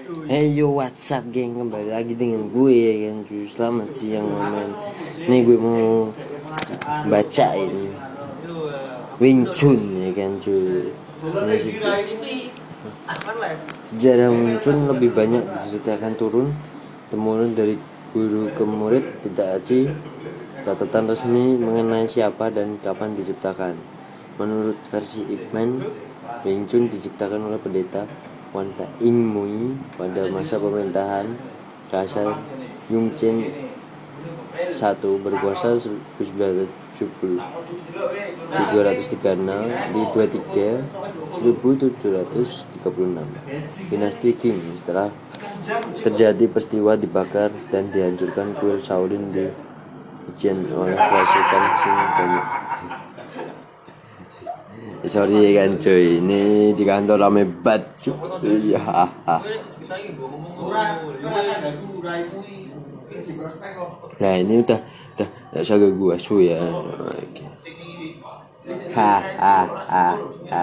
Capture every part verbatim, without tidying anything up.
Hey yo, what's up geng, kembali lagi dengan gue ya kan cuy. Selamat siang momen. Nih gue mau bacain Wing Chun ya kan cuy. Ini sejarah, sejarah Wing Chun lebih banyak diceritakan turun temurun dari guru ke murid, tidak ada catatan resmi mengenai siapa dan kapan diciptakan. Menurut versi Ip Man, Wing Chun diciptakan oleh pendeta Wan Taing Mui pada masa pemerintahan Kaisar Yung Chen satu berkuasa seribu sembilan ratus tiga puluh enam di dua puluh tiga seribu tujuh ratus tiga puluh enam. Dinasti Qing. Setelah terjadi peristiwa dibakar dan dihancurkan kuil Shaolin di ujian oleh pasukan Qing banyak. Sorry kan cuy, ini di kantor rame banget cuy. Iya. Nah ini udah udah nggak usah ke gua su ya. Oke. Ha ha ha ha.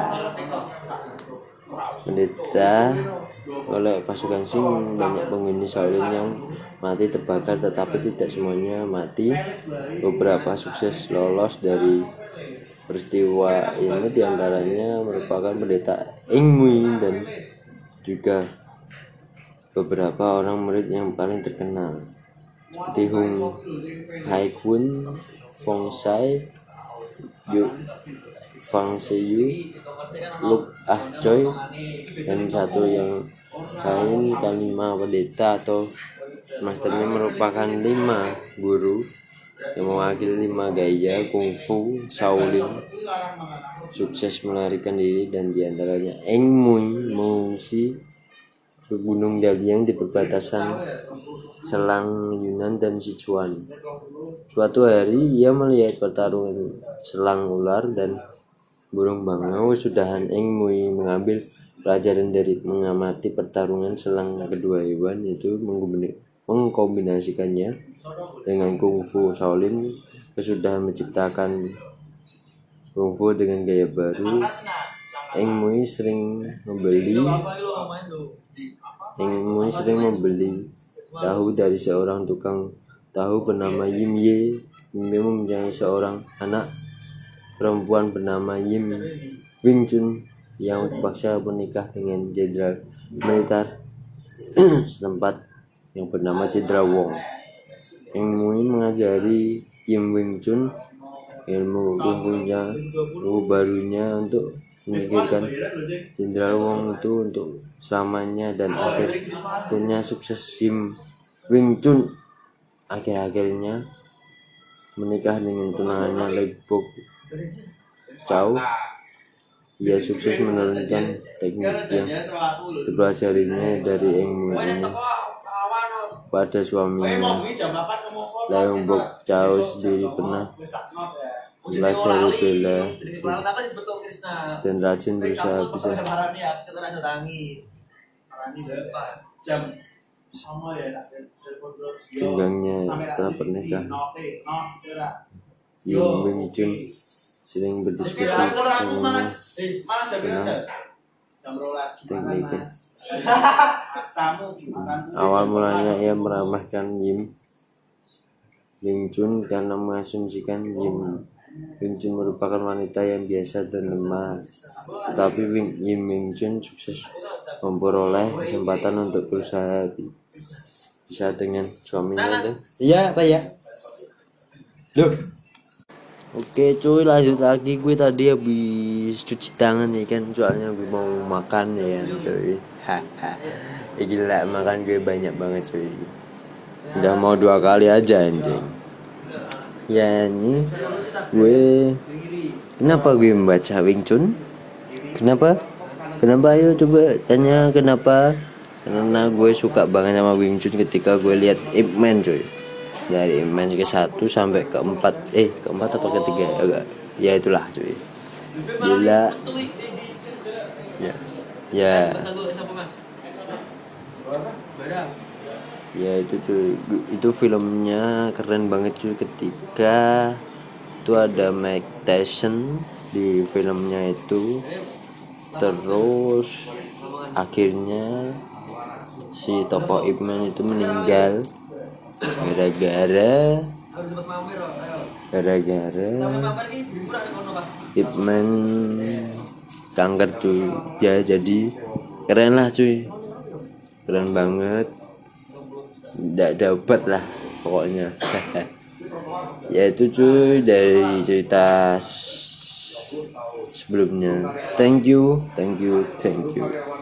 Pendeta oleh pasukan Qing banyak penghuni Shaolin yang mati terbakar, tetapi tidak semuanya mati. Beberapa sukses lolos dari peristiwa ini, diantaranya merupakan pendeta Ing Mui dan juga beberapa orang murid yang paling terkenal seperti Hung Hai-kun, Fong Sai, Yu Fang Seiyu, Luk Ah Choi, dan satu yang lain. Kelima pendeta atau masternya merupakan lima guru yang mewakili lima gaya kungfu Shaolin sukses melarikan diri, dan diantaranya Eng Mui mengungsi ke Gunung Daliang di perbatasan Selang Yunan dan Sichuan. Suatu hari ia melihat pertarungan selang ular dan burung bangau. Sudahan Eng Mui mengambil pelajaran dari mengamati pertarungan selang kedua hewan itu, mengkombinasikannya dengan kungfu Shaolin. Kesudahan menciptakan kungfu dengan gaya baru. Eng Mui sering membeli Eng Mui sering membeli tahu dari seorang tukang tahu bernama Yim Ye. Yim Ye mempunyai seorang anak perempuan bernama Yim Wing Chun yang terpaksa menikah dengan jenderal militer setempat yang bernama Jenderal Wong. Eng Mui mengajari Yim Wing Chun ilmu kungfunya ilmu barunya untuk menyingkirkan Jenderal Wong itu untuk selamanya, dan akhirnya sukses. Yim Wing Chun akhir-akhirnya menikah dengan tunangannya Lek Bok Chow. Ia sukses menurunkan teknik yang dipelajarinya dari Eng Mui ini pada suaminya. Leung Bok Chow sendiri pernah mempelajari bela dan rajin berusaha bisa jenggangnya setelah pernikahan. Yim Wing Chun sering berdiskusi dengan tekniknya. Awal mulanya ia meremehkan Yim Wing Chun karena mengasumsikan Yim Wing Chun merupakan wanita yang biasa dan lemah. Tetapi Yim Wing Chun sukses memperoleh kesempatan untuk berusaha bisa dengan suaminya. Iya apa ya? Loh. Oke cuy, lanjut lagi. Gue tadi habis cuci tangan ya kan, soalnya gue mau makan ya kan cuy. Haha. Ya gila, makan gue banyak banget cuy. Udah mau dua kali aja anjing. Ya ini gue kenapa gue membaca Wing Chun? Kenapa? Kenapa? Ayo coba tanya kenapa? Karena gue suka banget sama Wing Chun ketika gue lihat Ip Man cuy. Dari Ip Man ke satu sampai ke empat, eh keempat atau ketiga agak. Ya itulah cuy. Gila. Ya. Ya. Ya itu cuy, itu filmnya keren banget cuy. Ketika itu ada Mike Tyson di filmnya itu, terus akhirnya si tokoh Ip Man itu meninggal gara-gara gara-gara Ip Man kanker cuy. Ya jadi keren lah cuy, keren banget, tidak ada obat lah pokoknya. Ya itu cuy dari cerita sebelumnya. Thank you, thank you, thank you.